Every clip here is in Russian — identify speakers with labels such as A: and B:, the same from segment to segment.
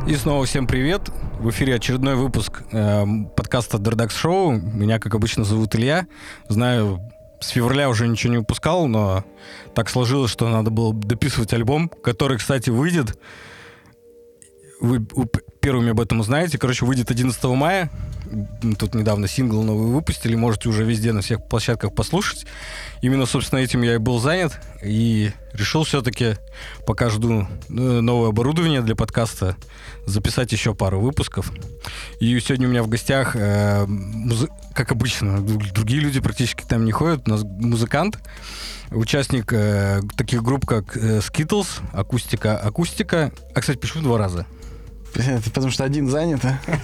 A: И снова всем привет. В эфире очередной выпуск подкаста Дердакс Шоу. Меня, как обычно, зовут Илья. Знаю, с февраля уже ничего не выпускал, но так сложилось, что надо было дописывать альбом, который, кстати, выйдет. Вы первыми об этом узнаете. Короче, выйдет 11 мая. Тут недавно сингл новый выпустили. Можете уже везде на всех площадках послушать. Именно, собственно, этим я и был занят. И решил все-таки, пока жду новое оборудование для подкаста, записать еще пару выпусков. И сегодня у меня в гостях, как обычно, другие люди практически там не ходят. У нас музыкант, участник таких групп, как Skittles, Акустика. А, кстати, почему 2 раза?
B: Потому что один занят.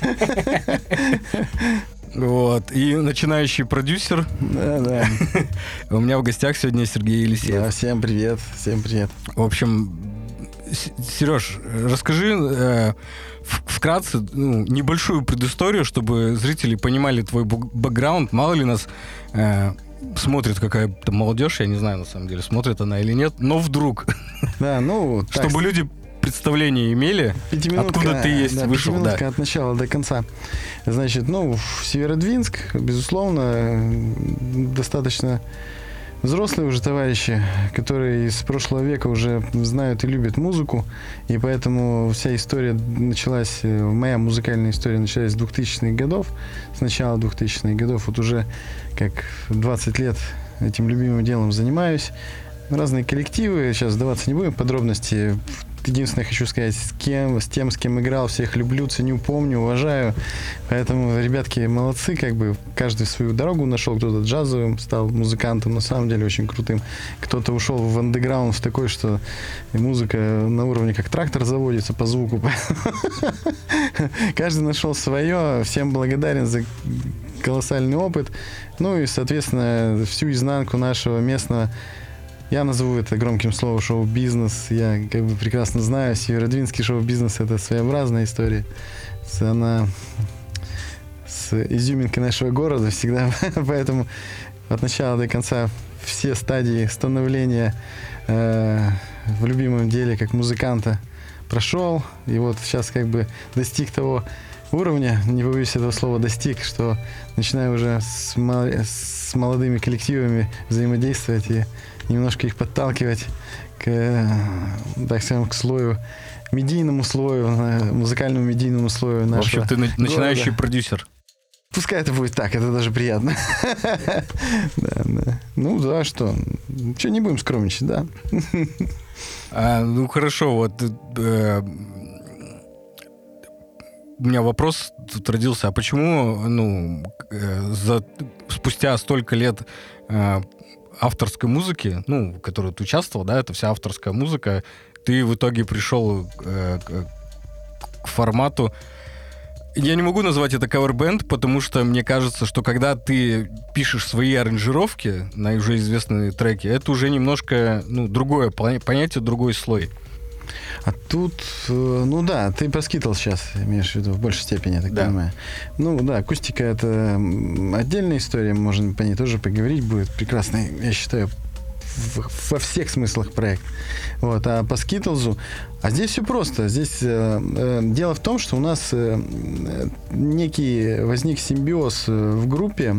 A: Вот. И начинающий продюсер.
B: Да.
A: У меня в гостях сегодня Сергей Елисеев.
B: Да, всем привет.
A: В общем, Сереж, расскажи вкратце небольшую предысторию, чтобы зрители понимали твой бэкграунд. Мало ли нас смотрит какая-то молодежь, я не знаю, на самом деле, смотрит она или нет, но вдруг.
B: Да,
A: чтобы люди представление имели, откуда ты есть, вышел.
B: Да, от начала до конца. Значит, Северодвинск, безусловно, достаточно взрослые уже товарищи, которые из прошлого века уже знают и любят музыку, и поэтому вся история началась, моя музыкальная история началась с 2000-х годов, с начала 2000-х годов, вот уже как 20 лет этим любимым делом занимаюсь. Разные коллективы, сейчас вдаваться не будем в подробности. Единственное, хочу сказать, с тем, с кем играл, всех люблю, ценю, помню, уважаю. Поэтому ребятки молодцы, каждый свою дорогу нашел. Кто-то джазовым стал музыкантом, на самом деле очень крутым. Кто-то ушел в андеграунд в такой, что музыка на уровне как трактор заводится по звуку. Каждый нашел свое. Всем благодарен за колоссальный опыт. И, соответственно, всю изнанку нашего местного, я назову это громким словом, шоу-бизнес. Я прекрасно знаю, северодвинский шоу-бизнес — это своеобразная история. Она с изюминкой нашего города всегда. Поэтому от начала до конца все стадии становления в любимом деле как музыканта прошел. И вот сейчас достиг того уровня, не побоюсь этого слова, достиг, что начинаю уже с молодыми коллективами взаимодействовать и немножко их подталкивать к, так скажем, к слою, медийному слою, музыкальному медийному слою нашего.
A: В общем, ты начинающий продюсер.
B: Пускай это будет так, это даже приятно. Да, что? Че, не будем скромничать, да?
A: Хорошо, вот у меня вопрос тут родился, а почему, спустя столько лет авторской музыки, в которой ты участвовал, да, это вся авторская музыка, ты в итоге пришел к формату. Я не могу назвать это кавер-бэнд, потому что мне кажется, что когда ты пишешь свои аранжировки на уже известные треки, это уже немножко, другое понятие, другой слой.
B: А тут, ты про Skittles сейчас имеешь в виду в большей степени, я так понимаю. Акустика — это отдельная история, можно по ней тоже поговорить, будет прекрасный, я считаю, во всех смыслах проект. Вот. А по Skittles'у, здесь все просто. Здесь дело в том, что у нас некий возник симбиоз в группе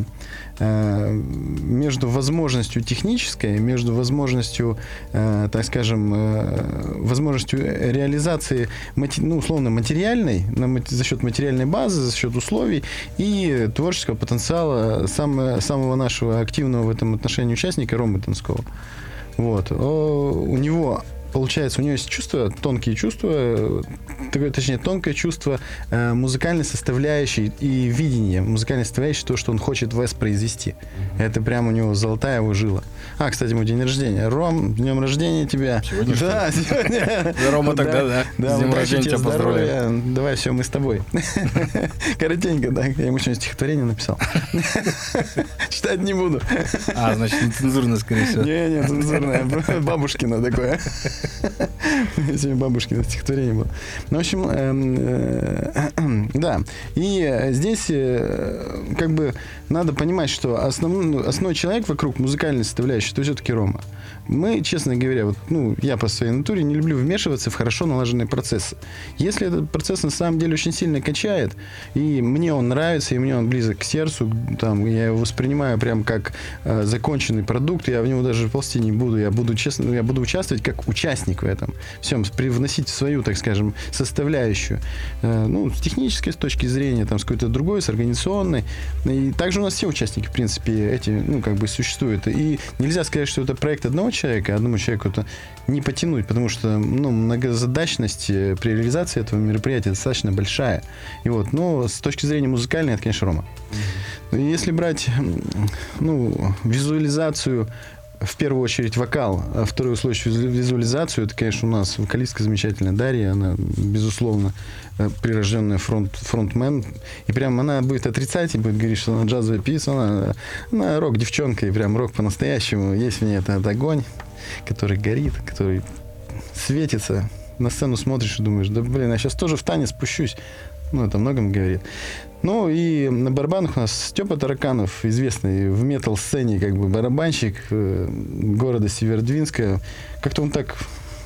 B: между возможностью технической, между возможностью, так скажем, возможностью реализации, условно, материальной, за счет материальной базы, за счет условий и творческого потенциала самого нашего активного в этом отношении участника Ромы Донского. Вот. У него есть чувства, тонкие чувства, тонкое чувство музыкальной составляющей и видение музыкальной составляющей, то, что он хочет воспроизвести. Это прямо у него золотая его жила. Кстати, мой день рождения. Ром, днем рождения тебя.
A: Сегодня?
B: Да, сегодня.
A: Рома тогда, да.
B: Да,
A: с днем рождения тебя поздравляю.
B: Давай, все, мы с тобой. Коротенько, да. Я ему сегодня стихотворение написал. Читать не буду.
A: Значит, нецензурно, скорее всего.
B: Не, цензурное. Бабушкина такое. Сегодня бабушкино стихотворение было. В общем, да. И здесь надо понимать, что основной человек вокруг музыкальной составляющей, это все-таки Рома. Мы, честно говоря, вот, ну, я по своей натуре не люблю вмешиваться в хорошо налаженные процессы. Если этот процесс на самом деле очень сильно качает, и мне он нравится, и мне он близок к сердцу, там, я его воспринимаю прям как законченный продукт, я в него даже ползти не буду, я буду, честно, я буду участвовать как участник в этом всем, привносить свою, так скажем, составляющую. Ну, с технической с точки зрения, там, с какой-то другой, с организационной. И также у нас все участники, в принципе, эти, ну, как бы существуют. И нельзя сказать, что это проект одного человека, одному человеку это не потянуть, потому что, ну, многозадачность при реализации этого мероприятия достаточно большая. И вот, но с точки зрения музыкальной, это, конечно, Рома. Если брать, ну, визуализацию, в первую очередь вокал, а вторую случай визуализацию, это, конечно, у нас вокалистка замечательная Дарья, она, безусловно, прирожденная фронтмен, и прям она будет отрицать и будет говорить, что она джазовая певица, она рок-девчонка, и прям рок по-настоящему, есть в ней этот огонь, который горит, который светится, на сцену смотришь и думаешь, да, блин, я сейчас тоже в танец спущусь, ну, это о многом говорит. Ну, и на барабанах у нас Степа Тараканов, известный в метал-сцене, как бы, барабанщик города Северодвинска. Как-то он так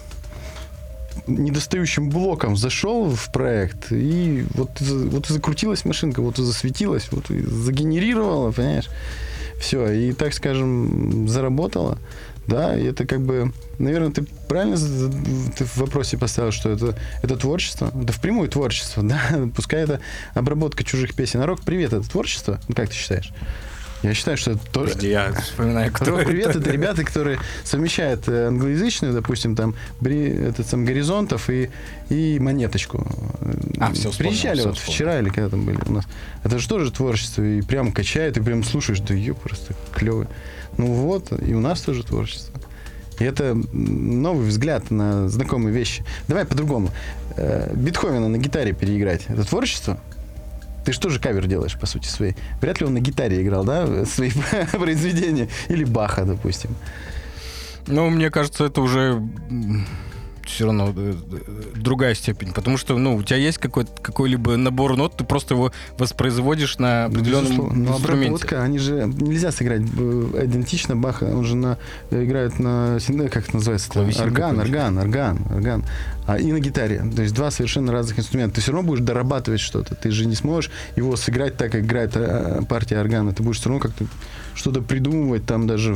B: недостающим блоком зашел в проект, и вот и закрутилась машинка, вот и засветилась, вот и загенерировала, понимаешь? Все, и, так скажем, заработала. Да, и это как бы, наверное, ты правильно ты в вопросе поставил, что это творчество, это впрямую творчество, да, пускай это обработка чужих песен. А рок-привет — это творчество? Ну, как ты считаешь? Я считаю, что это тоже...
A: Подожди, я вспоминаю, кто
B: Рок-привет — это ребята, которые совмещают англоязычную, допустим, там, сам Горизонтов и Монеточку.
A: Все
B: Приезжали вот вчера или когда там были у нас. Это же тоже творчество, и прям качает, и прям слушаешь, да ё, просто клево. Ну вот, и у нас тоже творчество. И это новый взгляд на знакомые вещи. Давай по-другому. Бетховена на гитаре переиграть — это творчество? Ты же тоже кавер делаешь, по сути, своей. Вряд ли он на гитаре играл, да, свои произведения? Или Баха, допустим.
A: Ну, мне кажется, это уже все равно другая степень. Потому что, ну, у тебя есть какой-либо набор нот, ты просто его воспроизводишь на определенном инструменте.
B: Обработка, они же... Нельзя сыграть идентично Баха. Он же играет на... Как это называется? Орган. И на гитаре. То есть два совершенно разных инструмента. Ты все равно будешь дорабатывать что-то. Ты же не сможешь его сыграть так, как играет партия органа. Ты будешь все равно как-то что-то придумывать там даже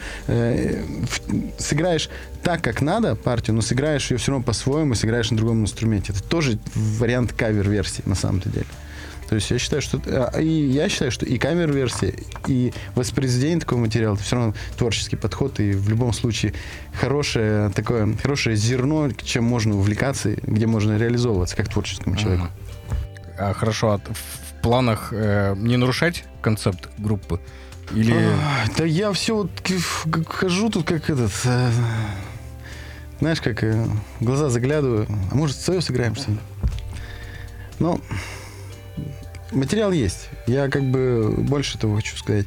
B: сыграешь так, как надо партию, но сыграешь ее все равно по-своему, сыграешь на другом инструменте. Это тоже вариант кавер-версии на самом-то деле. То есть я считаю, что и кавер-версия, и воспроизведение такого материала — это все равно творческий подход, и в любом случае хорошее зерно, чем можно увлекаться, где можно реализовываться как творческому человеку.
A: Хорошо, а в планах не нарушать концепт группы? Или...
B: Да я все вот хожу тут как знаешь, как в глаза заглядываю. А может, свое сыграем что-нибудь? Ну, материал есть. Я как бы больше того хочу сказать.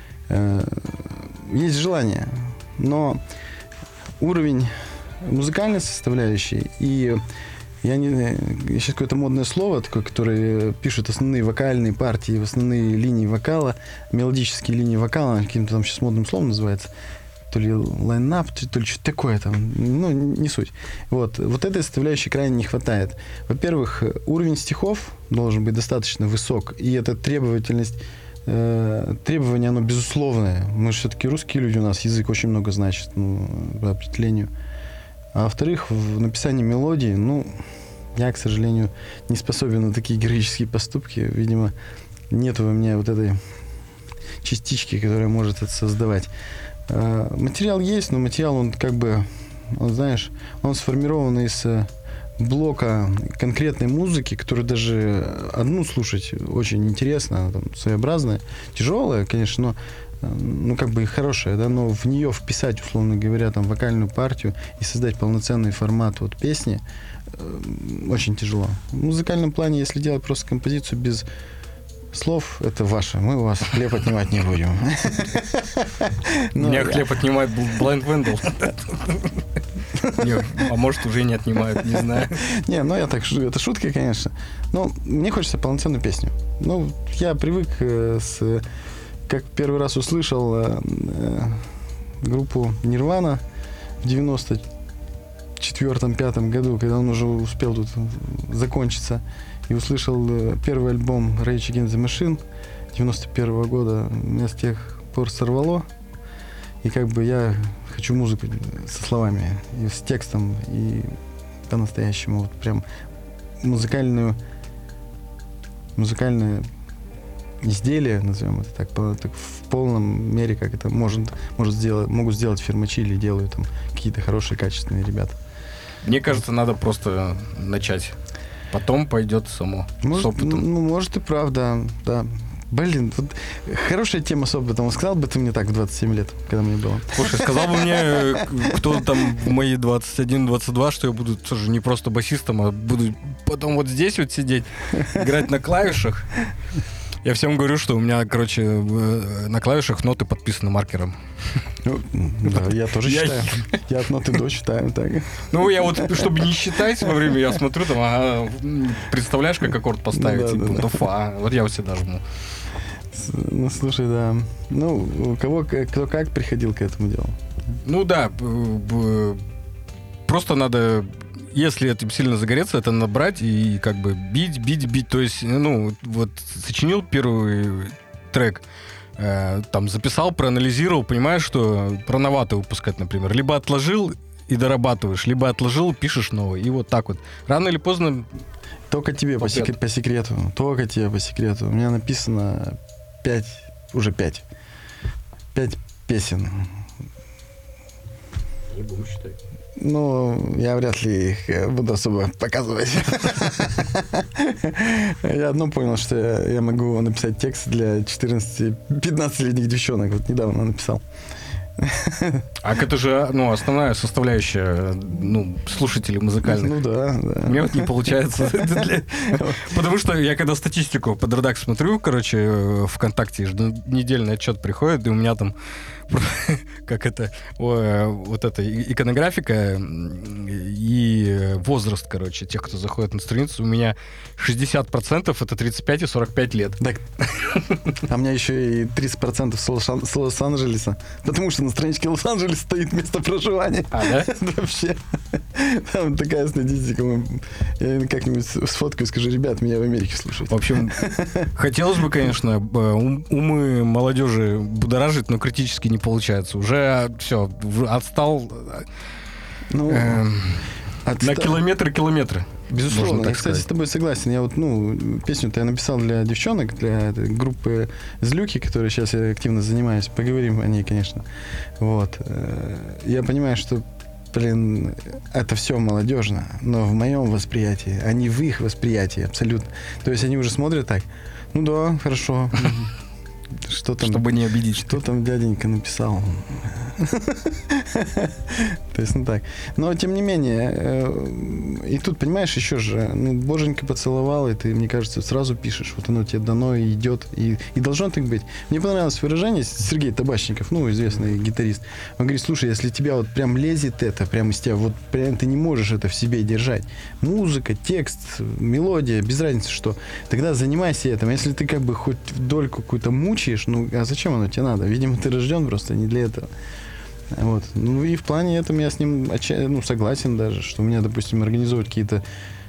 B: Есть желание. Но уровень музыкальной составляющей и... Я сейчас какое-то модное слово такое, которое пишут основные вокальные партии, основные линии вокала, мелодические линии вокала, каким-то там сейчас модным словом называется. То ли лайнап, то ли что-то такое там. Ну, не суть. Вот этой составляющей крайне не хватает. Во-первых, уровень стихов должен быть достаточно высок, и эта требовательность, требование, оно безусловное. Мы же все-таки русские люди, у нас язык очень много значит, по определению. А во-вторых, в написании мелодии, я, к сожалению, не способен на такие героические поступки. Видимо, нет у меня вот этой частички, которая может это создавать. Материал есть, но материал, он как бы, он сформирован из блока конкретной музыки, которую даже одну слушать очень интересно, она там своеобразная, тяжелая, конечно, но как бы хорошая, да, но в нее вписать, условно говоря, там вокальную партию и создать полноценный формат вот песни очень тяжело. В музыкальном плане, если делать просто композицию без слов, это ваше. Мы у вас хлеб отнимать не будем.
A: Меня хлеб отнимает Blind Vandal. А может, уже не отнимают, не знаю.
B: Не, я так, это шутка, конечно. Но мне хочется полноценную песню. Я привык как первый раз услышал группу Nirvana, в 94-5 году, когда он уже успел тут закончиться, и услышал первый альбом Rage Against the Machine 91 года, меня с тех пор сорвало. И как бы я хочу музыку со словами, и с текстом, и по-настоящему. Вот прям музыкальное изделие, назовем это так, в полном мере, как это могут сделать фирма Чили, делают там какие-то хорошие, качественные ребята.
A: Мне кажется, надо просто начать. Потом пойдет само, с опытом.
B: Может и правда, да. Блин, вот хорошая тема с опытом. Сказал бы ты мне так в 27 лет, когда мне было?
A: Слушай, сказал бы мне, кто там в мои 21-22, что я буду тоже не просто басистом, а буду потом вот здесь вот сидеть, играть на клавишах. Я всем говорю, что у меня, короче, на клавишах ноты подписаны маркером.
B: Да, я тоже считаю. Я от ноты до считаю. Так.
A: Ну, я вот, чтобы не считать во время, я смотрю, там, представляешь, как аккорд поставить, типа, фа. Вот я всегда жму.
B: Ну, слушай, да. Ну, кто как приходил к этому делу.
A: Ну, да. Просто надо... Если этим сильно загореться, это набрать и как бы бить. То есть, ну, вот сочинил первый трек, там записал, проанализировал, понимаешь, что рановато выпускать, например. Либо отложил и дорабатываешь, либо отложил, пишешь новый. И вот так вот. Рано или поздно...
B: Только тебе по секрету. Только тебе по секрету. У меня написано 5 песен.
A: Альбом, считай.
B: Ну, я вряд ли их буду особо показывать. Я одно понял, что я могу написать текст для 14-15-летних девчонок. Вот недавно написал.
A: А это же, ну, основная составляющая, ну, слушателей музыкальных.
B: Ну да.
A: У меня вот не получается. Потому что я когда статистику под Redux смотрю, короче, ВКонтакте недельный отчет приходит, и у меня там как это, вот эта иконографика и возраст, короче, тех, кто заходит на страницу, у меня 60% это 35 и 45 лет.
B: Так. А у меня еще и 30% с Лос-Анджелеса, потому что на страничке Лос-Анджелес стоит место проживания.
A: А, да?
B: Вообще. Там такая статистика. Я как-нибудь сфоткаю и скажу, ребят, меня в Америке слушают.
A: В общем, хотелось бы, конечно, умы молодежи будоражить, но критически не получается. Уже все, отстал на километры.
B: Безусловно. Я, кстати, с тобой согласен. Я вот, песню-то я написал для девчонок, для этой группы «Злюки», которой сейчас я активно занимаюсь. Поговорим о ней, конечно. Вот. Я понимаю, что, это все молодежно, но в моем восприятии, а не в их восприятии абсолютно. То есть они уже смотрят так, ну да, хорошо. Что там,
A: чтобы не обидеть.
B: Что там дяденька написал? То есть, так. Но, тем не менее, и тут, понимаешь, еще же, боженька поцеловал, и ты, мне кажется, сразу пишешь. Вот оно тебе дано и идет. И должно так быть. Мне понравилось выражение Сергей Табачников, известный гитарист. Он говорит, слушай, если тебя вот прям лезет это, прям из тебя, вот прям ты не можешь это в себе держать. Музыка, текст, мелодия, без разницы что. Тогда занимайся этим. Если ты как бы хоть дольку какую-то мучаешь, а зачем оно тебе надо? Видимо, ты рожден просто не для этого. Вот. И в плане этом я с ним согласен даже, что у меня, допустим, организовывать какие-то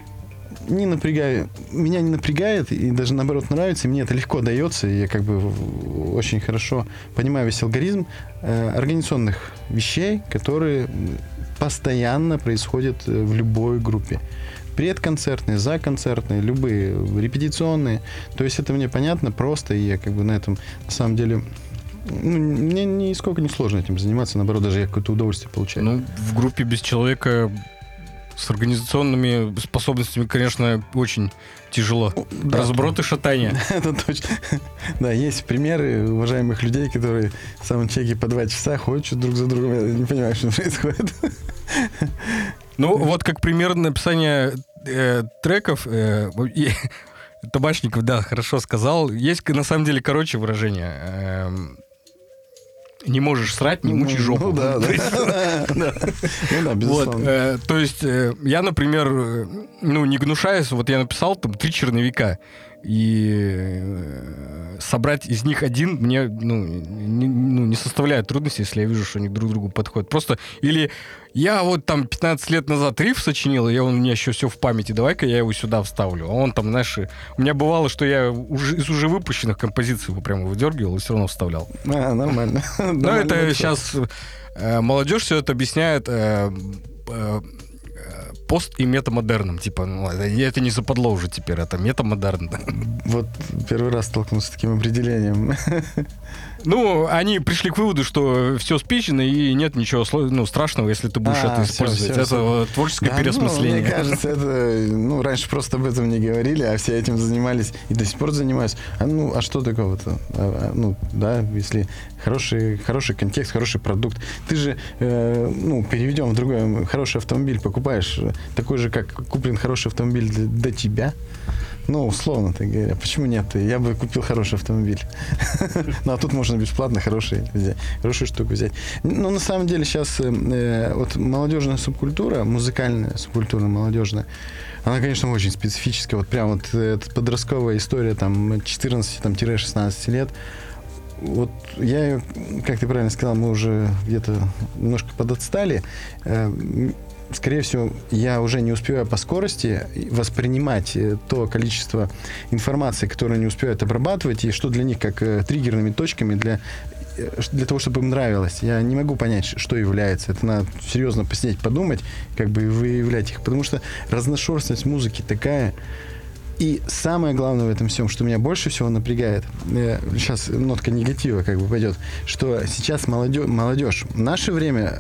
B: меня не напрягает, и даже наоборот нравится, и мне это легко дается, и я как бы очень хорошо понимаю весь алгоритм организационных вещей, которые постоянно происходят в любой группе. Предконцертные, законцертные, любые, репетиционные. То есть это мне понятно просто, и я как бы на этом, на самом деле, мне нисколько не сложно этим заниматься, наоборот, даже я какое-то удовольствие получаю.
A: В группе без человека с организационными способностями, конечно, очень тяжело. Да, разброд и шатание.
B: Это точно. Да, есть примеры уважаемых людей, которые в саундчеке по 2 часа ходят друг за другом. Я не понимаю, что происходит.
A: Вот как пример написания треков, Табачников, да, хорошо сказал. Есть, на самом деле, короче выражение. Не можешь срать, не мучай жопу.
B: Да, безусловно.
A: То есть я, например, не гнушаюсь, вот я написал там 3 черновика. И собрать из них один мне не составляет трудности, если я вижу, что они друг другу подходят. Просто или я вот там 15 лет назад риф сочинил, и он у меня еще все в памяти, давай-ка я его сюда вставлю. А он там, знаешь, у меня бывало, что я из уже выпущенных композиций его прямо выдергивал и все равно вставлял.
B: Нормально.
A: Но это сейчас молодежь все это объясняет пост и метамодерном. Типа, это не западло уже теперь, это метамодерн.
B: Вот первый раз столкнулся с таким определением.
A: Ну, они пришли к выводу, что все спичено, и нет ничего страшного, если ты будешь это использовать. Это творческое переосмысление.
B: Мне кажется, это... раньше просто об этом не говорили, а все этим занимались и до сих пор занимаются. А что такого-то? Если хороший контекст, хороший продукт. Ты же, переведем в другое, хороший автомобиль покупаешь, такой же, как куплен хороший автомобиль до тебя. Условно так говоря. Почему нет? Я бы купил хороший автомобиль. А тут можно бесплатно хорошую штуку взять. На самом деле сейчас вот молодежная субкультура, музыкальная субкультура молодежная, она, конечно, очень специфическая. Вот прям вот эта подростковая история там 14-16 лет. Вот я ее, как ты правильно сказал, мы уже где-то немножко подотстали. Скорее всего, я уже не успеваю по скорости воспринимать то количество информации, которое они успевают обрабатывать, и что для них как триггерными точками для того, чтобы им нравилось. Я не могу понять, что является. Это надо серьезно посидеть, подумать, как бы выявлять их. Потому что разношерстность музыки такая. И самое главное в этом всем, что меня больше всего напрягает, сейчас нотка негатива как бы пойдет, что сейчас молодежь в наше время...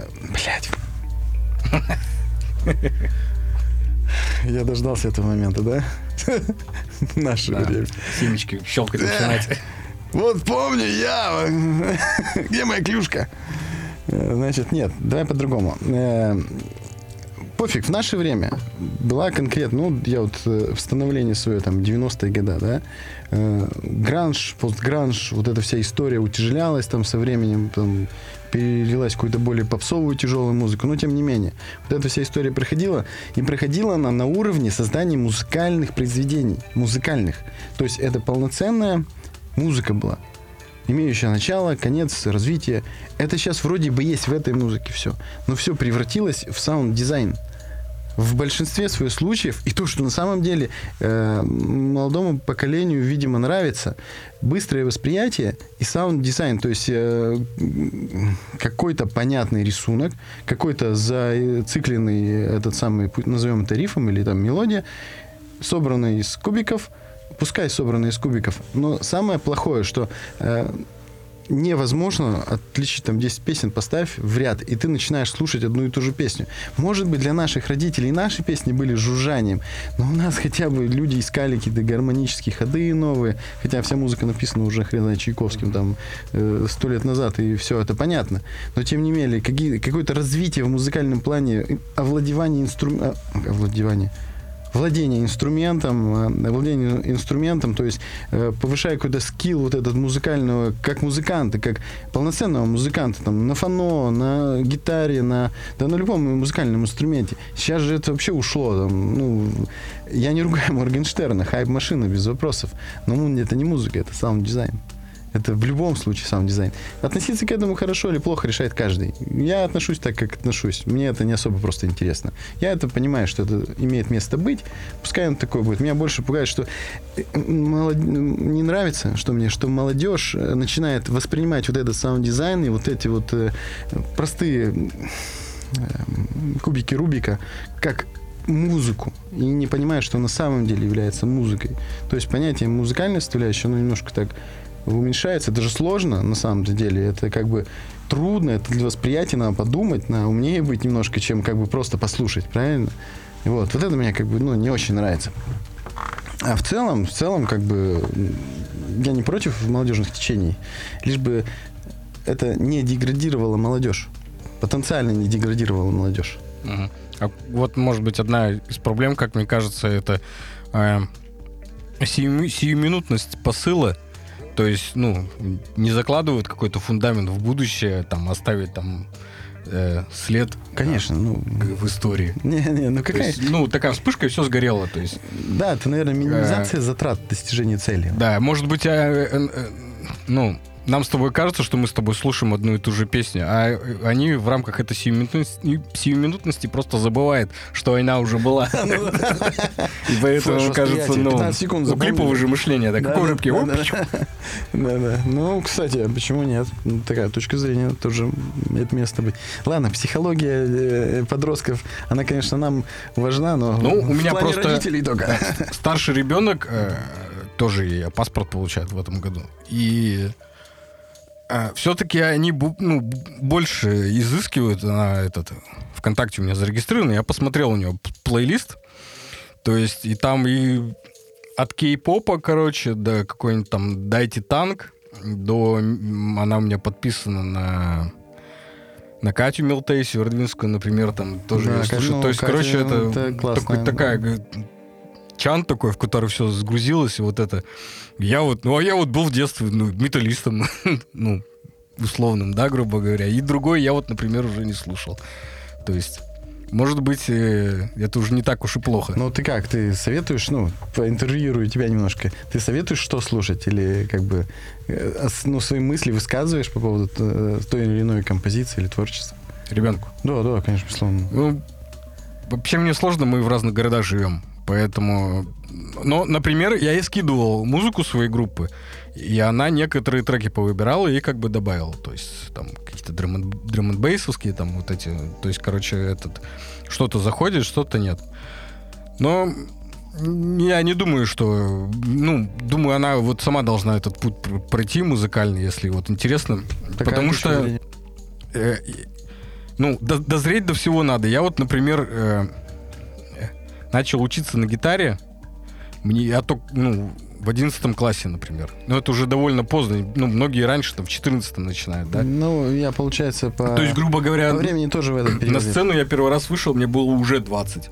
B: Я дождался этого момента, да? Наше время.
A: Семечки щелкать начинать.
B: Вот помню я. Где моя клюшка? Значит, нет, давай по-другому. Пофиг, в наше время была конкретно, я вот в становлении свое, там, 90-е годы, да, гранж, постгранж, вот эта вся история утяжелялась там со временем, там, перелилась в какую-то более попсовую тяжелую музыку, но тем не менее, вот эта вся история проходила, и проходила она на уровне создания музыкальных произведений, музыкальных, то есть это полноценная музыка была, имеющая начало, конец, развитие. Это сейчас вроде бы есть в этой музыке все, но все превратилось в саунд-дизайн. В большинстве своих случаев, и то, что на самом деле молодому поколению, видимо, нравится, быстрое восприятие и саунд-дизайн, то есть какой-то понятный рисунок, какой-то зацикленный этот самый, назовем это рифом или там мелодия, собранный из кубиков, пускай собранный из кубиков, но самое плохое, что невозможно отличить там 10 песен, поставь в ряд, и ты начинаешь слушать одну и ту же песню. Может быть, для наших родителей наши песни были жужжанием, но у нас хотя бы люди искали какие-то гармонические ходы новые, хотя вся музыка написана уже хрен знает Чайковским там 100 лет назад, и все это понятно. Но тем не менее, какое-то развитие в музыкальном плане, владение инструментом, то есть повышая какой-то скилл вот этот музыкального, как музыканта, как полноценного музыканта, там, на фано, на гитаре, на любом музыкальном инструменте. Сейчас же это вообще ушло. Там, я не ругаю Моргенштерна, хайп-машина, без вопросов. Но это не музыка, это саунд-дизайн. Это в любом случае саунд-дизайн. Относиться к этому хорошо или плохо решает каждый. Я отношусь так, как отношусь. Мне это не особо просто интересно. Я это понимаю, что это имеет место быть. Пускай он такой будет. Меня больше пугает, что не нравится, что молодежь начинает воспринимать вот этот саунд-дизайн и вот эти вот простые кубики Рубика как музыку. И не понимает, что на самом деле является музыкой. То есть понятие музыкальной составляющей, оно немножко так уменьшается. Это же сложно, на самом деле. Это как бы трудно, это для восприятия надо подумать, надо умнее быть немножко, чем как бы просто послушать, правильно? Вот это мне как бы, не очень нравится. А в целом, как бы, я не против молодежных течений, лишь бы это не деградировало молодежь. Потенциально не деградировало молодежь.
A: Угу. А вот, может быть, одна из проблем, как мне кажется, это сиюминутность посыла. То есть, не закладывают какой-то фундамент в будущее, там, оставить там след
B: Конечно,
A: в истории.
B: Не, ну какая...
A: То есть, такая вспышка, и все сгорело. То есть,
B: Да, это, наверное, минимизация затрат достижения цели.
A: да, может быть, нам с тобой кажется, что мы с тобой слушаем одну и ту же песню, а они в рамках этой сиюминутности просто забывают, что она уже была. И поэтому кажется, клиповое же мышление. Какой рыбки?
B: Да. Ну, кстати, а почему нет? Такая точка зрения тоже имеет место быть. Ладно, психология подростков, она, конечно, нам важна, но
A: у меня просто
B: родителей только.
A: Старший ребенок тоже паспорт получает в этом году. И все-таки они больше изыскивают на ВКонтакте у меня зарегистрирован. Я посмотрел у него плейлист. То есть и там и от кей-попа, до какой-нибудь там «Дайте танк», до... Она у меня подписана на Катю Милтей Северодвинскую, например, там тоже.
B: Да,
A: слушаю. То есть,
B: это
A: такая... чант такой, в который все сгрузилось, и вот это. Я был в детстве, металлистом, условным, да, грубо говоря. И другой я например, уже не слушал. То есть, может быть, это уже не так уж и плохо.
B: Ну, ты как? Ты советуешь, поинтервьюирую тебя немножко. Ты советуешь, что слушать? Или свои мысли высказываешь по поводу той или иной композиции или творчества?
A: Ребенку?
B: Да, конечно, безусловно.
A: Вообще мне сложно, мы в разных городах живем. Поэтому... Но, например, я ей скидывал музыку своей группы, и она некоторые треки повыбирала и добавила. То есть там какие-то драм-н-бейсовские, там вот эти... То есть, что-то заходит, что-то нет. Но я не думаю, что... думаю, она сама должна этот путь пройти музыкальный, если интересно. Потому что... дозреть до всего надо. Я например... начал учиться на гитаре, в 11 классе, например. Но это уже довольно поздно. Многие раньше, в 14-м начинают, да?
B: Я, получается,
A: То есть, грубо говоря...
B: По времени тоже в этом периоде.
A: На сцену я первый раз вышел, мне было уже 20.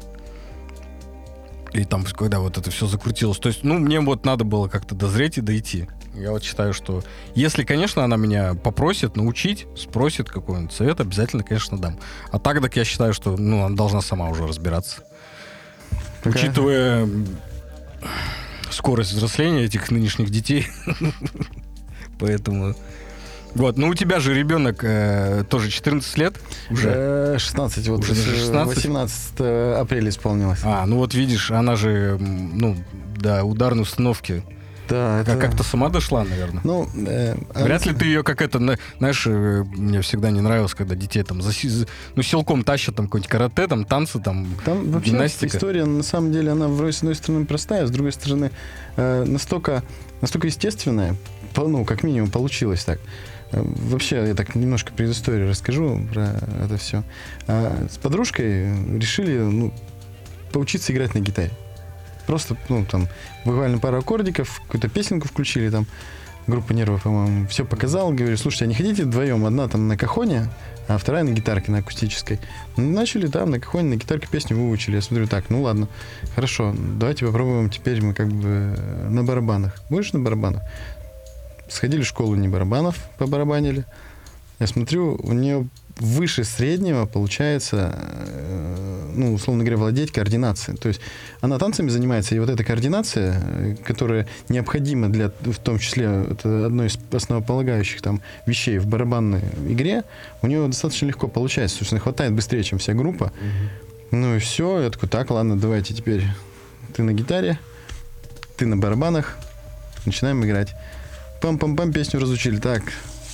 A: И там, когда это все закрутилось. То есть, мне надо было как-то дозреть и дойти. Я считаю, что если, конечно, она меня попросит научить, спросит какой-нибудь совет, обязательно, конечно, дам. А так я считаю, что она должна сама уже разбираться. Учитывая скорость взросления этих нынешних детей. Поэтому... у тебя же ребенок тоже 14 лет уже?
B: 16.
A: Уже 16?
B: 18 апреля исполнилось.
A: Видишь, она же, ударной установки.
B: Да,
A: это... Как-то сама дошла, наверное. Вряд ли ты ее знаешь, мне всегда не нравилось, когда детей силком тащат, какой-нибудь карате, танцы,
B: гимнастика. Вообще история, на самом деле, она с одной стороны простая, с другой стороны настолько естественная, как минимум получилось так. Вообще, я так немножко предысторию расскажу про это все. С подружкой решили, поучиться играть на гитаре. Просто, буквально пару аккордиков, какую-то песенку включили, группа «Нервы», по-моему, все показал, говорю, слушайте, а не хотите вдвоем? Одна на кахоне, а вторая на гитарке, на акустической. Начали на кахоне, на гитарке песню выучили. Я смотрю, ладно, хорошо, давайте попробуем, теперь мы на барабанах. Будешь на барабанах? Сходили в школу не барабанов, побарабанили. Я смотрю, у нее выше среднего получается, условно говоря, владеть координацией. То есть она танцами занимается, и эта координация, которая необходима в том числе, это одно из основополагающих вещей в барабанной игре, у нее достаточно легко получается. Собственно, хватает быстрее, чем вся группа. И все. Я такой, ладно, давайте теперь ты на гитаре, ты на барабанах, начинаем играть. Пам-пам-пам, песню разучили. Так...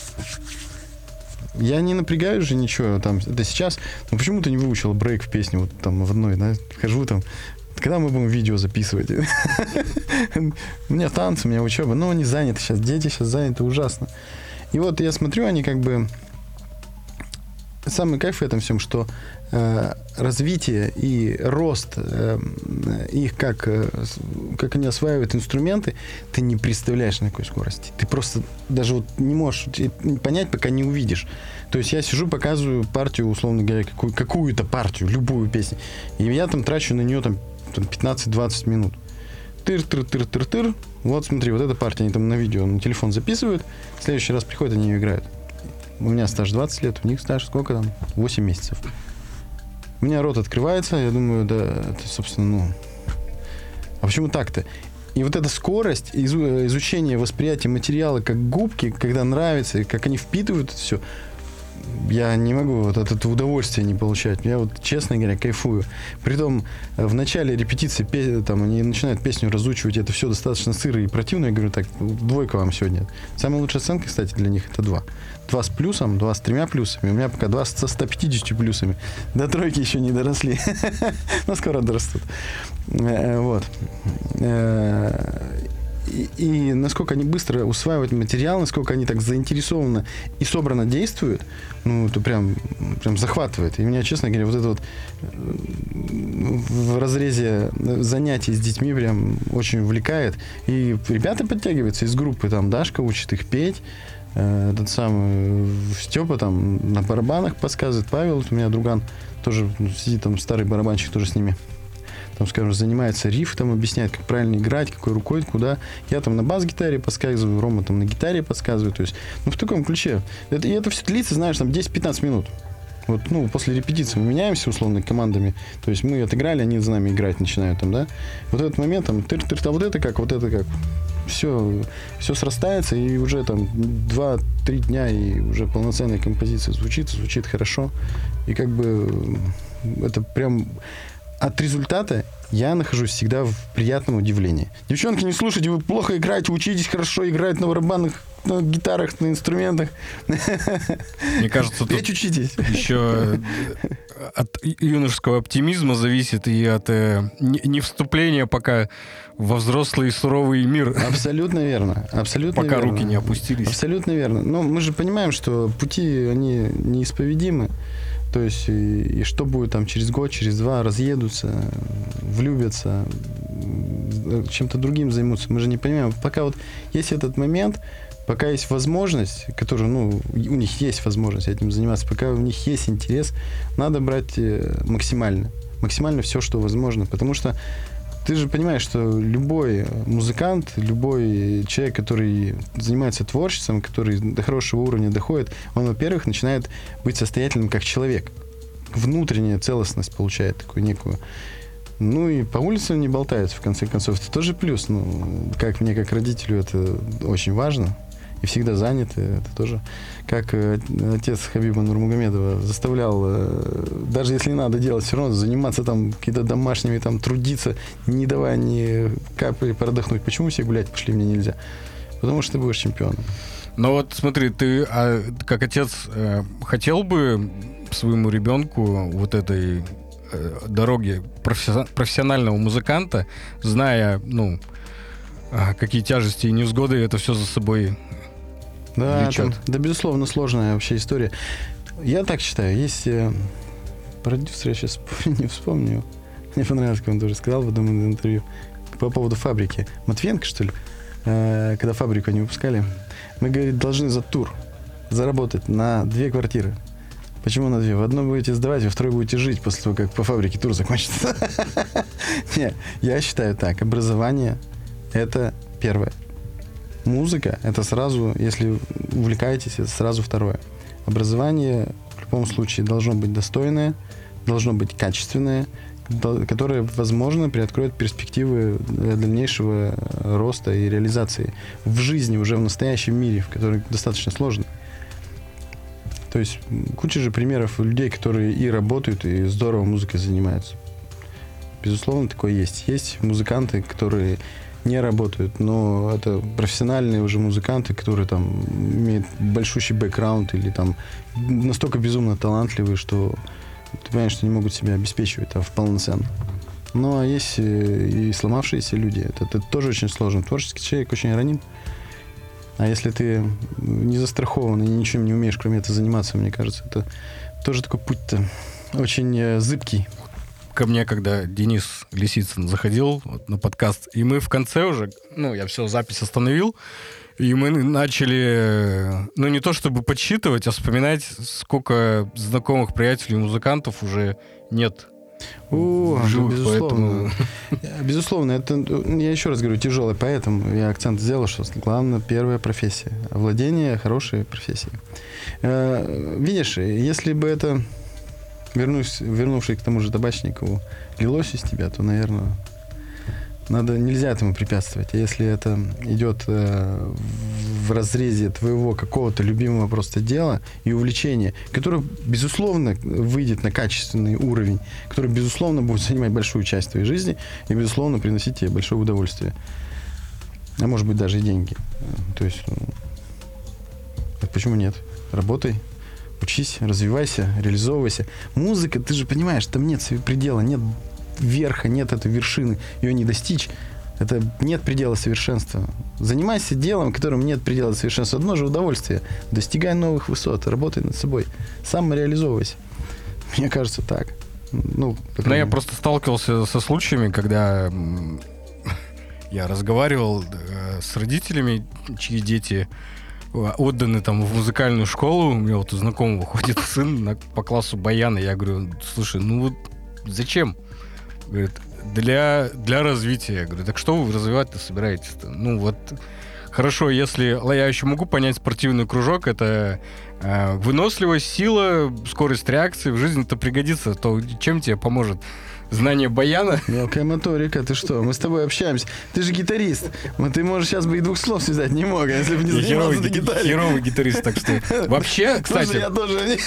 B: Я не напрягаю же ничего это сейчас. Почему ты не выучила брейк в песне в одной, да? Хожу когда мы будем видео записывать? У меня танцы, у меня учеба. Они заняты сейчас, дети сейчас заняты ужасно. И я смотрю, они самый кайф в этом всем, что развитие и рост их, как они осваивают инструменты, ты не представляешь, на какой скорости. Ты просто даже не можешь понять, пока не увидишь. То есть я сижу, показываю партию, условно говоря, какую-то партию, любую песню, и я трачу на нее 15-20 минут. Тыр-тыр-тыр-тыр-тыр. Смотри, эта партия, они на видео, на телефон записывают, в следующий раз приходят, они ее играют. У меня стаж 20 лет, у них стаж сколько там? 8 месяцев. У меня рот открывается, я думаю, да, это, собственно, а почему так-то? И вот эта скорость изучения восприятия материала как губки, когда нравится, как они впитывают это все, я не могу вот от этого удовольствия не получать. Я вот, честно говоря, кайфую. Притом, в начале репетиции там, они начинают песню разучивать, это все достаточно сыро и противно. Я говорю, так, 2 вам сегодня. Самая лучшая оценка, кстати, для них это 2. 2 с плюсом, 2 с 3 плюсами. У меня пока 2 со 150 плюсами. До 3 еще не доросли. Но скоро дорастут. Вот. И насколько они быстро усваивают материал, насколько они так заинтересованно и собранно действуют, это прям захватывает. И меня, честно говоря, вот это вот в разрезе занятий с детьми прям очень увлекает. И ребята подтягиваются из группы, там Дашка учит их петь, этот самый Степа там на барабанах подсказывает, Павел, у меня друган, тоже сидит там, старый барабанщик, тоже с ними. Там, скажем, занимается риф, там объясняет, как правильно играть, какой рукой, куда. Я там на бас-гитаре подсказываю, Рома там на гитаре подсказывает. То есть, в таком ключе. И это все длится, знаешь, там 10-15 минут. Вот, после репетиции мы меняемся, условно, командами. То есть мы отыграли, они за нами играть начинают там, да. Вот этот момент, там, а вот это как. Все срастается, и уже там 2-3 дня, и уже полноценная композиция звучит хорошо. И как бы это прям... От результата я нахожусь всегда в приятном удивлении. Девчонки, не слушайте, вы плохо играете, учитесь хорошо играть на барабанах, на гитарах, на инструментах.
A: Мне кажется, тут
B: учитесь.
A: Еще от юношеского оптимизма зависит и от не вступления пока во взрослый суровый мир.
B: Абсолютно верно. Абсолютно
A: пока
B: верно.
A: Руки не опустились.
B: Абсолютно верно. Но мы же понимаем, что пути, они неисповедимы. То есть, и что будет там через год, через 2, разъедутся, влюбятся, чем-то другим займутся. Мы же не понимаем. Пока вот есть этот момент, пока есть возможность, которая, у них есть возможность этим заниматься, пока у них есть интерес, надо брать максимально все, что возможно. Потому что ты же понимаешь, что любой музыкант, любой человек, который занимается творчеством, который до хорошего уровня доходит, он, во-первых, начинает быть состоятельным как человек. Внутренняя целостность получает такую некую. И по улицам не болтаются, в конце концов. Это тоже плюс. Как мне, как родителю, это очень важно. И всегда заняты. Это тоже... Как отец Хабиба Нурмагомедова заставлял, даже если надо делать, все равно заниматься там какими-то домашними, там трудиться, не давая ни капли продохнуть. Почему все гулять пошли, мне нельзя? Потому что ты будешь чемпионом.
A: Ну вот смотри, ты как отец хотел бы своему ребенку вот этой дороги профессионального музыканта, зная, какие тяжести и невзгоды это все за собой влечет?
B: Да, безусловно, сложная вообще история. Я так считаю, есть продюсер, я сейчас не вспомню, мне понравилось, как он тоже сказал в одном интервью по поводу фабрики. Матвиенко, что ли? Когда фабрику они выпускали, мы, говорит, должны за тур заработать на 2 квартиры. Почему на 2? В одну будете сдавать, во второй будете жить после того, как по фабрике тур закончится. Нет, я считаю так. Образование — это первое. Музыка — это сразу, если увлекаетесь, это сразу второе. Образование в любом случае должно быть достойное, должно быть качественное, которое, возможно, приоткроет перспективы для дальнейшего роста и реализации в жизни, уже в настоящем мире, в который достаточно сложно. То есть куча же примеров людей, которые и работают, и здорово музыкой занимаются. Безусловно, такое есть. Есть музыканты, которые не работают, но это профессиональные уже музыканты, которые там имеют большущий бэкграунд или там настолько безумно талантливые, что ты понимаешь, что не могут себя обеспечивать полноценно. Ну, а есть и сломавшиеся люди. Это тоже очень сложно. Творческий человек очень раним. А если ты не застрахован и ничем не умеешь, кроме этого, заниматься, мне кажется, это тоже такой путь-то очень зыбкий.
A: Ко мне, когда Денис Лисицын заходил на подкаст, и мы в конце уже, я все, запись остановил, и мы начали, не то чтобы подсчитывать, а вспоминать, сколько знакомых приятелей музыкантов уже нет.
B: Безусловно.
A: Поэтому...
B: Безусловно, это, я еще раз говорю, тяжелый, поэтому я акцент сделал, что главное первая профессия. Владение хорошей профессией. Видишь, если бы это, вернувшись к тому же Табачникову, лилось из тебя, то, наверное, нельзя этому препятствовать. А если это идет в разрезе твоего какого-то любимого просто дела и увлечения, которое, безусловно, выйдет на качественный уровень, который, безусловно, будет занимать большую часть твоей жизни и, безусловно, приносить тебе большое удовольствие. А может быть, даже и деньги. То есть, почему нет? Работай, учись, развивайся, реализовывайся. Музыка, ты же понимаешь, там нет предела, нет верха, нет этой вершины, ее не достичь. Это нет предела совершенства. Занимайся делом, которым нет предела совершенства. Одно же удовольствие. Достигай новых высот, работай над собой. Самореализовывайся. Мне кажется, так.
A: Но я просто сталкивался со случаями, когда я разговаривал с родителями, чьи дети отданы там в музыкальную школу. У меня вот у знакомого ходит сын по классу баяна. Я говорю, слушай, ну вот зачем? Говорит, для развития. Я говорю, так что вы развивать-то собираетесь-то? Ну вот, хорошо, если я еще могу понять спортивный кружок, это выносливость, сила, скорость реакции в жизни-то пригодится, то чем тебе поможет знание баяна?
B: Мелкая моторика, ты что? Мы с тобой общаемся. Ты же гитарист. Ты можешь сейчас бы и двух слов связать не мог, если бы не занимался на гитаре.
A: Херовый гитарист, так что... Вообще, кстати...
B: Слушай, я тоже...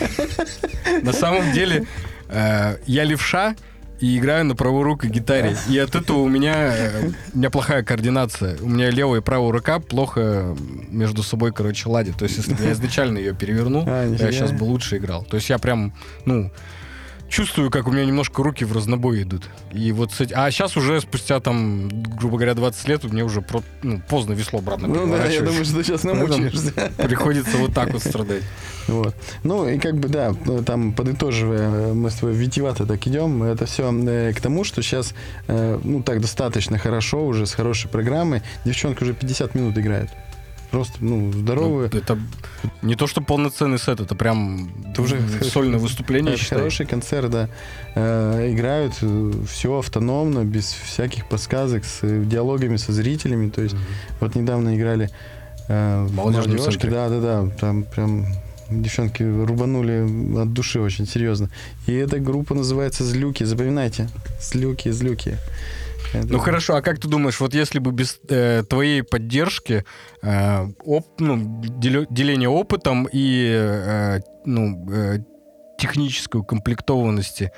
A: На самом деле, я левша, и играю на праворукой гитаре. И от этого у меня плохая координация. У меня левая и правая рука плохо между собой, ладят. То есть, если бы я изначально ее перевернул, я сейчас бы лучше играл. То есть я прям, чувствую, как у меня немножко руки в разнобой идут. И вот а сейчас уже спустя, там, грубо говоря, 20 лет, мне уже поздно весло обратно переворачивать.
B: Я думаю, что ты сейчас намучаешься.
A: Приходится вот так вот страдать.
B: Вот. И там, подытоживая, мы с тобой витиевато так идем, это все к тому, что сейчас, так достаточно хорошо уже, с хорошей программой, девчонка уже 50 минут играет. Просто, здоровые.
A: Это не то, что полноценный сет, это прям уже сольное выступление,
B: это хороший концерт, да. Играют все автономно, без всяких подсказок, с диалогами со зрителями. То есть, вот недавно играли в молодежке. Да. Там прям девчонки рубанули от души очень серьезно. И эта группа называется «Злюки». Запоминайте. «Злюки».
A: Хорошо, а как ты думаешь, вот если бы без твоей поддержки, деления опытом и технической укомплектованности,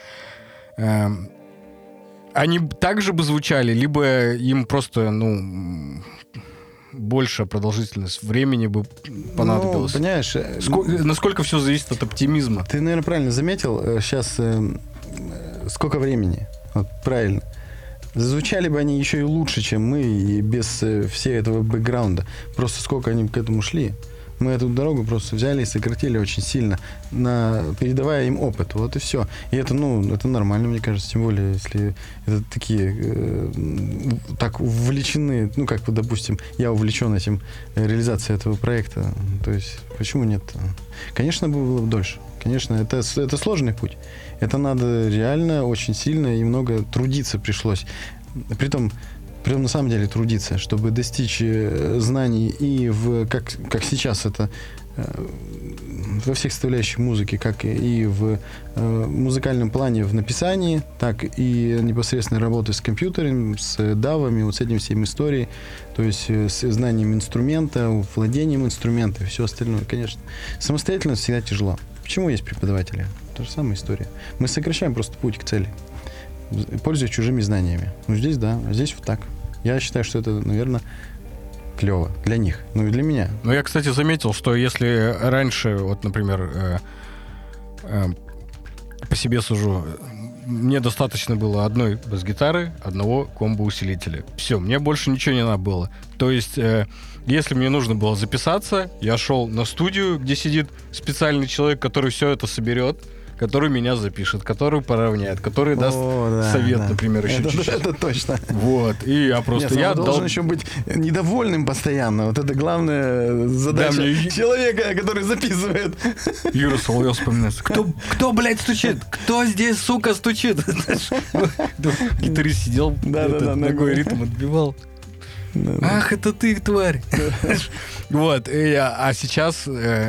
A: они также бы звучали, либо им просто, большая продолжительность времени бы понадобилась?
B: Понимаешь...
A: Насколько все зависит от оптимизма?
B: Ты, наверное, правильно заметил. Сейчас сколько времени? Вот, правильно. Зазвучали бы они еще и лучше, чем мы, и без всего этого бэкграунда. Просто сколько они к этому шли. Мы эту дорогу просто взяли и сократили очень сильно, передавая им опыт. Вот и все. И это, это нормально, мне кажется. Тем более, если это такие так увлечены, допустим, я увлечен этим, реализацией этого проекта. То есть, почему нет? Конечно, было бы дольше. Конечно, это сложный путь. Это надо реально очень сильно и много трудиться пришлось. Притом на самом деле трудиться, чтобы достичь знаний и как сейчас это во всех составляющих музыки, как и в музыкальном плане в написании, так и непосредственно работы с компьютером, с давами, вот с этим всем историей, то есть с знанием инструмента, владением инструмента и все остальное, конечно. Самостоятельно всегда тяжело. Почему есть преподаватели? Та же самая история. Мы сокращаем просто путь к цели, пользуясь чужими знаниями. Здесь да, а здесь вот так. Я считаю, что это, наверное, клево для них, и для меня.
A: Я, кстати, заметил, что если раньше, вот, например, по себе сужу, мне достаточно было одной бас-гитары, одного комбо-усилителя. Все, мне больше ничего не надо было. То есть, если мне нужно было записаться, я шел на студию, где сидит специальный человек, который все это соберет, который меня запишет, который поравняет, который даст совет, например, еще чуть-чуть.
B: Это точно.
A: Вот. И я просто...
B: Я должен еще быть недовольным постоянно. Вот это главная задача человека, который записывает.
A: Юра Соловьев вспоминается. Кто, блядь, стучит? Кто здесь, сука, стучит? Гитарист сидел, ногой ритм отбивал. Ах, это ты, тварь. Вот. А сейчас,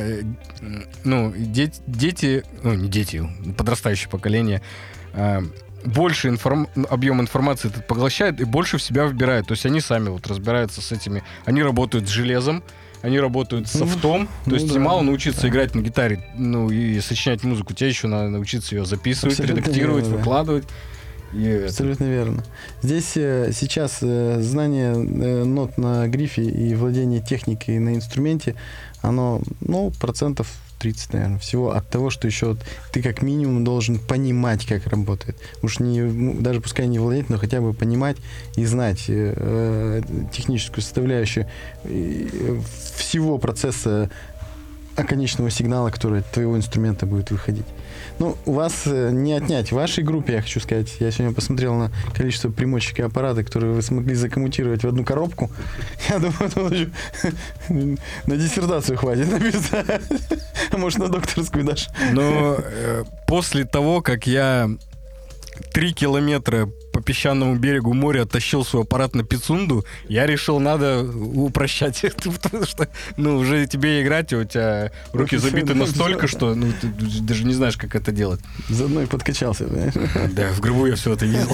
A: дети, не дети, подрастающее поколение, больше объем информации этот поглощает и больше в себя вбирает. То есть они сами вот разбираются с этими. Они работают с железом, они работают с софтом. То есть мало научиться играть на гитаре, и сочинять музыку. Тебе еще надо научиться ее записывать, редактировать, выкладывать.
B: Абсолютно верно. Здесь сейчас знание нот на грифе и владение техникой на инструменте, оно, 30%, наверное, всего от того, что еще ты как минимум должен понимать, как работает. Уж даже пускай не владеть, но хотя бы понимать и знать техническую составляющую всего процесса конечного сигнала, который от твоего инструмента будет выходить. У вас не отнять. В вашей группе, я хочу сказать, я сегодня посмотрел на количество примочек и аппарата, которые вы смогли закоммутировать в одну коробку. Я думаю, на диссертацию хватит написать. А может, на докторскую даже.
A: Но после того, как я 3 километра по песчаному берегу моря оттащил свой аппарат на Пицунду, я решил, надо упрощать это, потому что, уже тебе играть, и у тебя руки забиты настолько, что ты даже не знаешь, как это делать.
B: Заодно и подкачался, понимаешь?
A: Да, в гробу я все это ездил.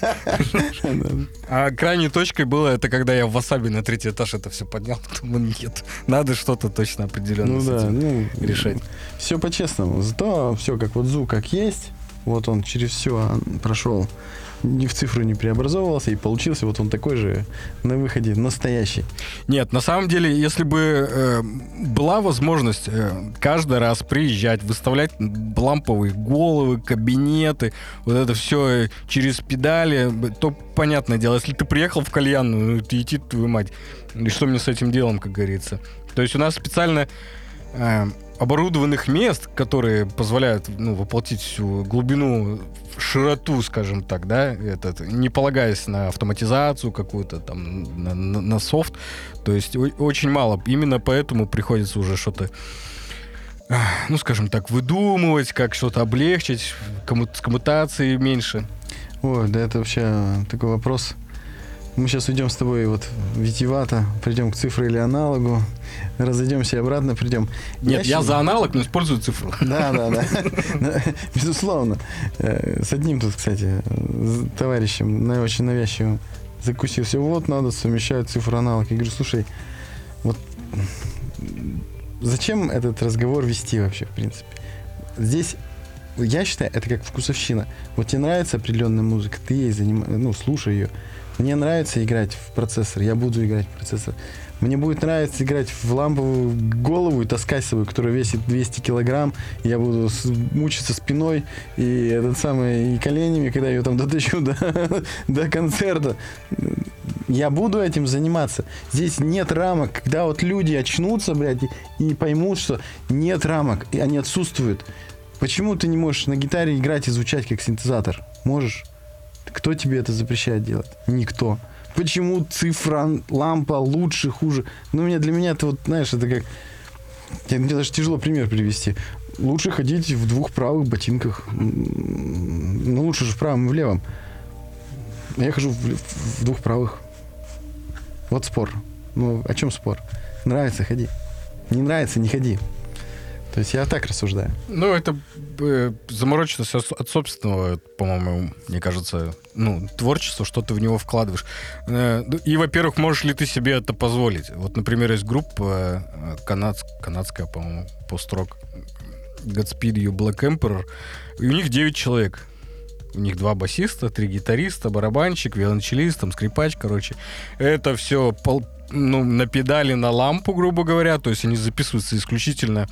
A: А крайней точкой было это, когда я в Васаби на 3-й этаж это все поднял. Думаю, нет, надо что-то точно определенно с этим решать.
B: Все по-честному. Зато все как вот звук как есть. Вот он через все прошел, ни в цифру не преобразовывался, и получился вот он такой же на выходе, настоящий.
A: Нет, на самом деле, если бы была возможность каждый раз приезжать, выставлять ламповые головы, кабинеты, вот это все через педали, то понятное дело, если ты приехал в кальянную, ты идти, твою мать, и что мне с этим делом, как говорится. То есть у нас специально оборудованных мест, которые позволяют воплотить всю глубину, широту, скажем так, да, не полагаясь на автоматизацию какую-то, там, на софт. То есть очень мало. Именно поэтому приходится уже что-то, скажем так, выдумывать, как что-то облегчить, с коммутацией меньше.
B: Ой, да это вообще такой вопрос. Мы сейчас уйдем с тобой витиевато, придем к цифре или аналогу, разойдемся и обратно придем.
A: Нет, я за аналог, но использую цифру.
B: Да. Безусловно. С одним тут, кстати, товарищем, очень навязчивым, закусился. Вот, надо совмещать цифру аналог. Я говорю, слушай, вот зачем этот разговор вести вообще, в принципе? Здесь, я считаю, это как вкусовщина. Вот тебе нравится определенная музыка, ты ей слушай ее. Мне нравится играть в процессор, я буду играть в процессор. Мне будет нравиться играть в ламповую голову и таскать с собой, которая весит 200 килограмм. И я буду мучиться спиной и коленями, когда я ее там дотащу до концерта. Я буду этим заниматься. Здесь нет рамок. Когда вот люди очнутся, блядь, и поймут, что нет рамок, и они отсутствуют. Почему ты не можешь на гитаре играть и звучать как синтезатор? Можешь? Кто тебе это запрещает делать? Никто. Почему цифра, лампа лучше, хуже? Для меня это вот, знаешь, это как... Мне даже тяжело пример привести. Лучше ходить в 2 правых ботинках. Лучше же в правом и в левом. Я хожу в 2 правых. Вот спор. О чем спор? Нравится — ходи. Не нравится — не ходи. То есть я так рассуждаю.
A: Это замороченность от собственного, по-моему, мне кажется, творчество, что ты в него вкладываешь. И, во-первых, можешь ли ты себе это позволить? Вот, например, есть группа канадская, по-моему, пост-рок, Godspeed You Black Emperor, и у них 9 человек. У них 2 басиста, 3 гитариста, барабанщик, виолончелист, скрипач, короче. Это все на педали, на лампу, грубо говоря. То есть они записываются исключительно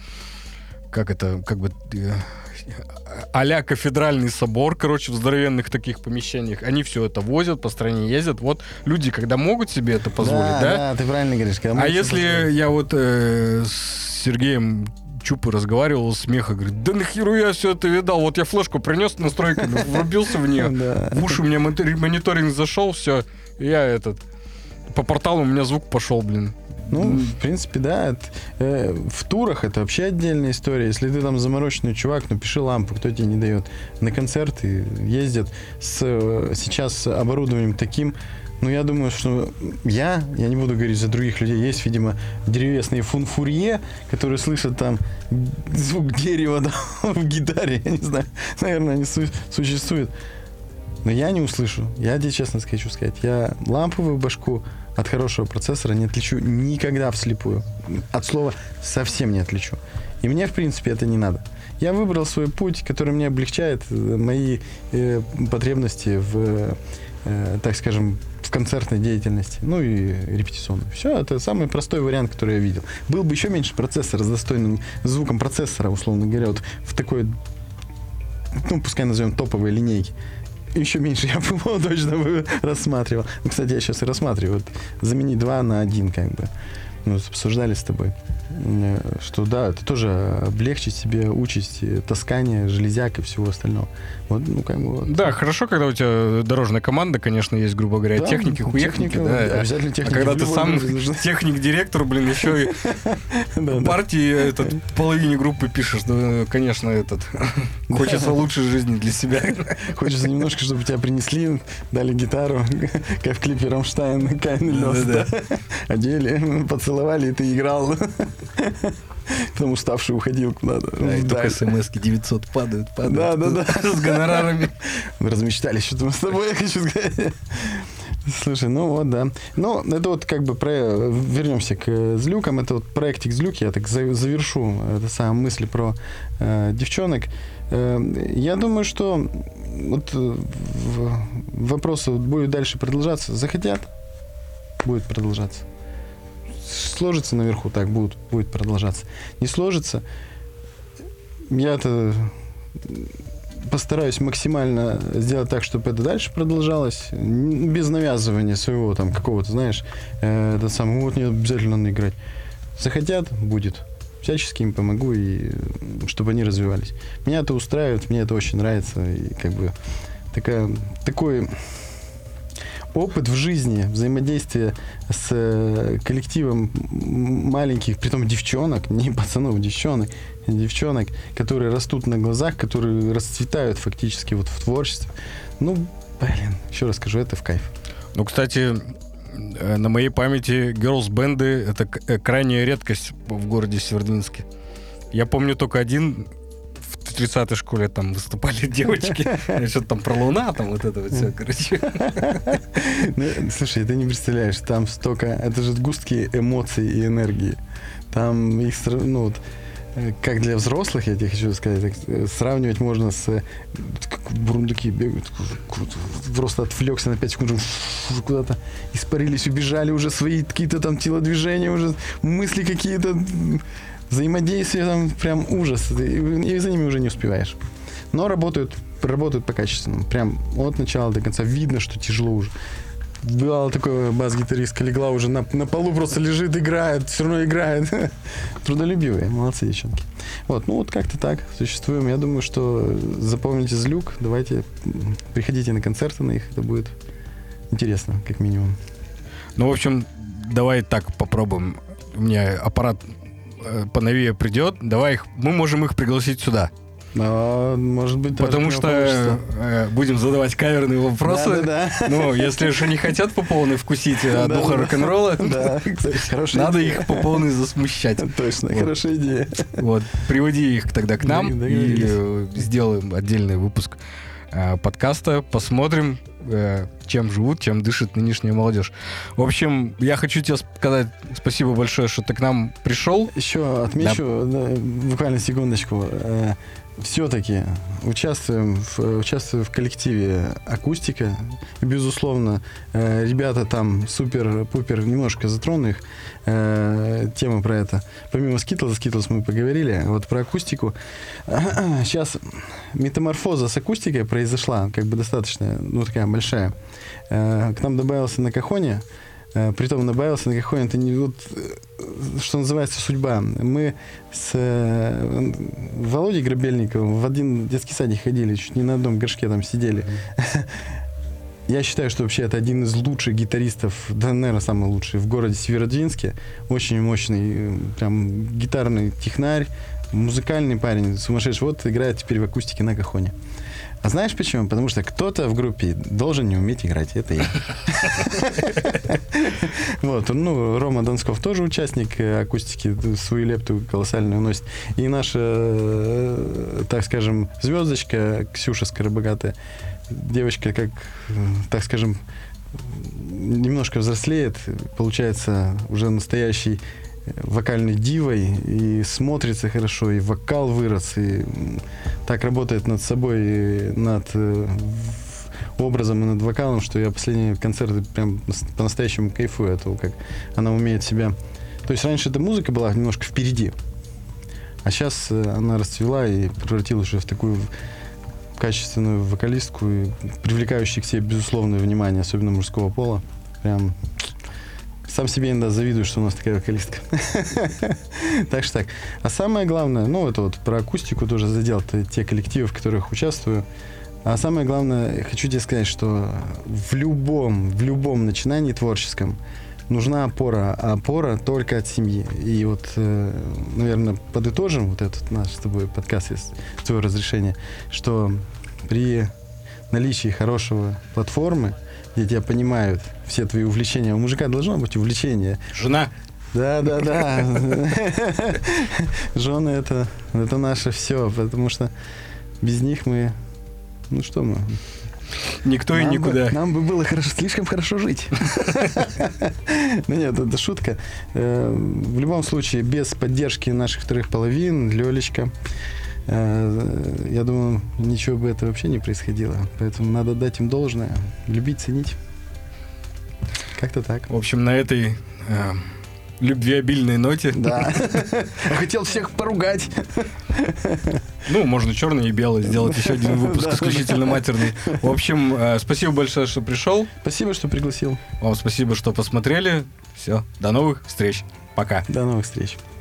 A: а-ля кафедральный собор, короче, в здоровенных таких помещениях. Они все это возят, по стране ездят. Вот люди, когда могут себе это позволить, да?
B: Да, ты правильно говоришь.
A: А если я с Сергеем Чупы разговаривал, смеха, говорит, да нахеру я все это видал, вот я флешку принес настройками, врубился в нее, в уши у меня мониторинг зашел, все, я по порталу у меня звук пошел, блин.
B: Ну, в принципе, да. В турах это вообще отдельная история. Если ты там замороченный чувак, ну, пиши лампу, кто тебе не дает. На концерты ездят сейчас с оборудованием таким. Ну, я думаю, что я не буду говорить за других людей, есть, видимо, древесные фурье, которые слышат там звук дерева в гитаре, я не знаю, наверное, они существуют. Но я не услышу, я тебе честно хочу сказать, я ламповую башку от хорошего процессора не отличу никогда вслепую. От слова совсем не отличу. И мне, в принципе, это не надо. Я выбрал свой путь, который мне облегчает мои потребности в, так скажем, в концертной деятельности, ну и репетиционной. Все, это самый простой вариант, который я видел. Был бы еще меньше процессора с достойным звуком процессора, условно говоря, вот в такой, ну, пускай назовем топовой линейке. Еще меньше я бы его точно бы рассматривал. Ну, кстати, я сейчас и рассматриваю. Вот, замени 2 на 1, как бы. Мы обсуждали с тобой, что да, это тоже облегчит себе участь таскания железяк и всего остального. Вот, ну, как бы, вот.
A: Да, хорошо, когда у тебя дорожная команда, конечно, есть, грубо говоря, да, техники, хуехники. Да,
B: обязательно техники.
A: А когда ты сам техник-директор, блин, еще и партии половине группы пишешь, ну, конечно, хочется лучшей жизни для себя.
B: Хочется немножко, чтобы тебя принесли, дали гитару, как в клипе «Рамштайн», «Кайн и Лёс», одели, поцеловали, и ты играл. Потом уставший уходил куда-то.
A: Да, и только смс-ки 900 падают.
B: Да.
A: С гонорарами.
B: Мы размечтались что-то мы с тобой, я хочу сказать. Слушай, ну вот, да. Ну, это вот как бы вернемся к злюкам. Это вот проектик злюки. Я так завершу эту самую мысль про девчонок. Я думаю, что вот вопрос будет дальше продолжаться. Захотят, будет продолжаться. Сложится наверху, так будет продолжаться. Не сложится, я-то постараюсь максимально сделать так, чтобы это дальше продолжалось, без навязывания своего там какого-то, знаешь, это самое, вот не обязательно надо играть. Захотят, будет. Всячески им помогу, и чтобы они развивались. Меня это устраивает, мне это очень нравится, и как бы такой опыт в жизни, взаимодействие с коллективом маленьких, притом девчонок, не пацанов, девчонок, которые растут на глазах, которые расцветают фактически вот в творчестве. Ну, блин, еще раз скажу, это в кайф.
A: Ну, кстати, на моей памяти girls-бенды — это крайняя редкость в городе Северодвинске. Я помню только один. В 30-й школе там выступали девочки. Что-то там про Луна, там вот это вот все, короче.
B: Слушай, ты не представляешь, там столько... Это же сгустки эмоций и энергии. Там их, ну вот, как для взрослых, я тебе хочу сказать, сравнивать можно с... Бурундуки бегают, круто. Просто отвлекся на 5 секунд, куда-то испарились, убежали уже свои какие-то там телодвижения, уже мысли какие-то... Взаимодействие там прям ужас. И за ними уже не успеваешь. Но работают по-качественному. Прям от начала до конца. Видно, что тяжело уже. Бывало такое, бас-гитаристка легла уже на полу, просто лежит, играет, все равно играет. Трудолюбивые, молодцы девчонки. Вот, ну вот как-то так существуем. Я думаю, что запомните злюк. Давайте приходите на концерты на их. Это будет интересно, как минимум.
A: Ну, в общем, давай так попробуем. У меня аппарат поновее придет, мы можем их пригласить сюда.
B: Может быть,
A: потому что будем задавать каверные вопросы.
B: Да.
A: Ну, если же не хотят по полной вкусить духа рок-н-ролла, надо их по полной засмущать.
B: Точно, хорошая идея.
A: Вот, приводи их тогда к нам и сделаем отдельный выпуск подкаста, посмотрим, чем живут, чем дышит нынешняя молодежь. В общем, я хочу тебе сказать спасибо большое, что ты к нам пришел.
B: Еще отмечу, буквально секундочку, все-таки участвую в коллективе «Акустика». И, безусловно, ребята там супер-пупер, немножко затрону их, тему про это. Помимо Skittles мы поговорили, вот про акустику. Сейчас метаморфоза с акустикой произошла, как бы достаточно, ну, такая большая. К нам добавился на кахоне Притом добавился на Кахоне, это не вот, что называется, судьба. Мы с Володей Грабельниковым в один детский садик ходили, чуть не на одном горшке там сидели. Я считаю, что вообще это один из лучших гитаристов, да, наверное, самый лучший в городе Северодвинске. Очень мощный, прям гитарный технарь, музыкальный парень, сумасшедший. Вот играет теперь в акустике на Кахоне. А знаешь почему? Потому что кто-то в группе должен не уметь играть. Это я. Вот, ну, Рома Донсков тоже участник акустики, свою лепту колоссальную носит. И наша, так скажем, звездочка Ксюша Скоробогатая, девочка, как, так скажем, немножко взрослеет, получается уже настоящий вокальной дивой, и смотрится хорошо, и вокал вырос, и так работает над собой, над образом и над вокалом, что я последние концерты прям по-настоящему кайфую от того, как она умеет себя... То есть раньше эта музыка была немножко впереди, а сейчас она расцвела и превратилась уже в такую качественную вокалистку, и привлекающую к себе безусловное внимание, особенно мужского пола. Прям... Сам себе иногда завидую, что у нас такая вокалистка. Так что так. А самое главное, ну, это вот про акустику тоже задел, те коллективы, в которых участвую. А самое главное, хочу тебе сказать, что в любом начинании творческом нужна опора, а опора только от семьи. И вот, наверное, подытожим вот этот наш с тобой подкаст, с твоего разрешения, что при наличии хорошего платформы, где тебя понимают все твои увлечения. У мужика должно быть увлечение.
A: Жена.
B: Да. Жены это наше все, потому что без них мы... Ну что мы?
A: Никто и никуда.
B: Нам бы было слишком хорошо жить. Ну нет, это шутка. В любом случае, без поддержки наших вторых половин, Лёлечка, я думаю, ничего бы это вообще не происходило. Поэтому надо дать им должное, любить, ценить. Как-то так.
A: В общем, на этой любвеобильной ноте.
B: Да. Хотел всех поругать.
A: Ну, можно черный и белый сделать еще один выпуск исключительно матерный. В общем, спасибо большое, что пришел.
B: Спасибо, что пригласил.
A: Вам спасибо, что посмотрели. Все, до новых встреч. Пока.
B: До новых встреч.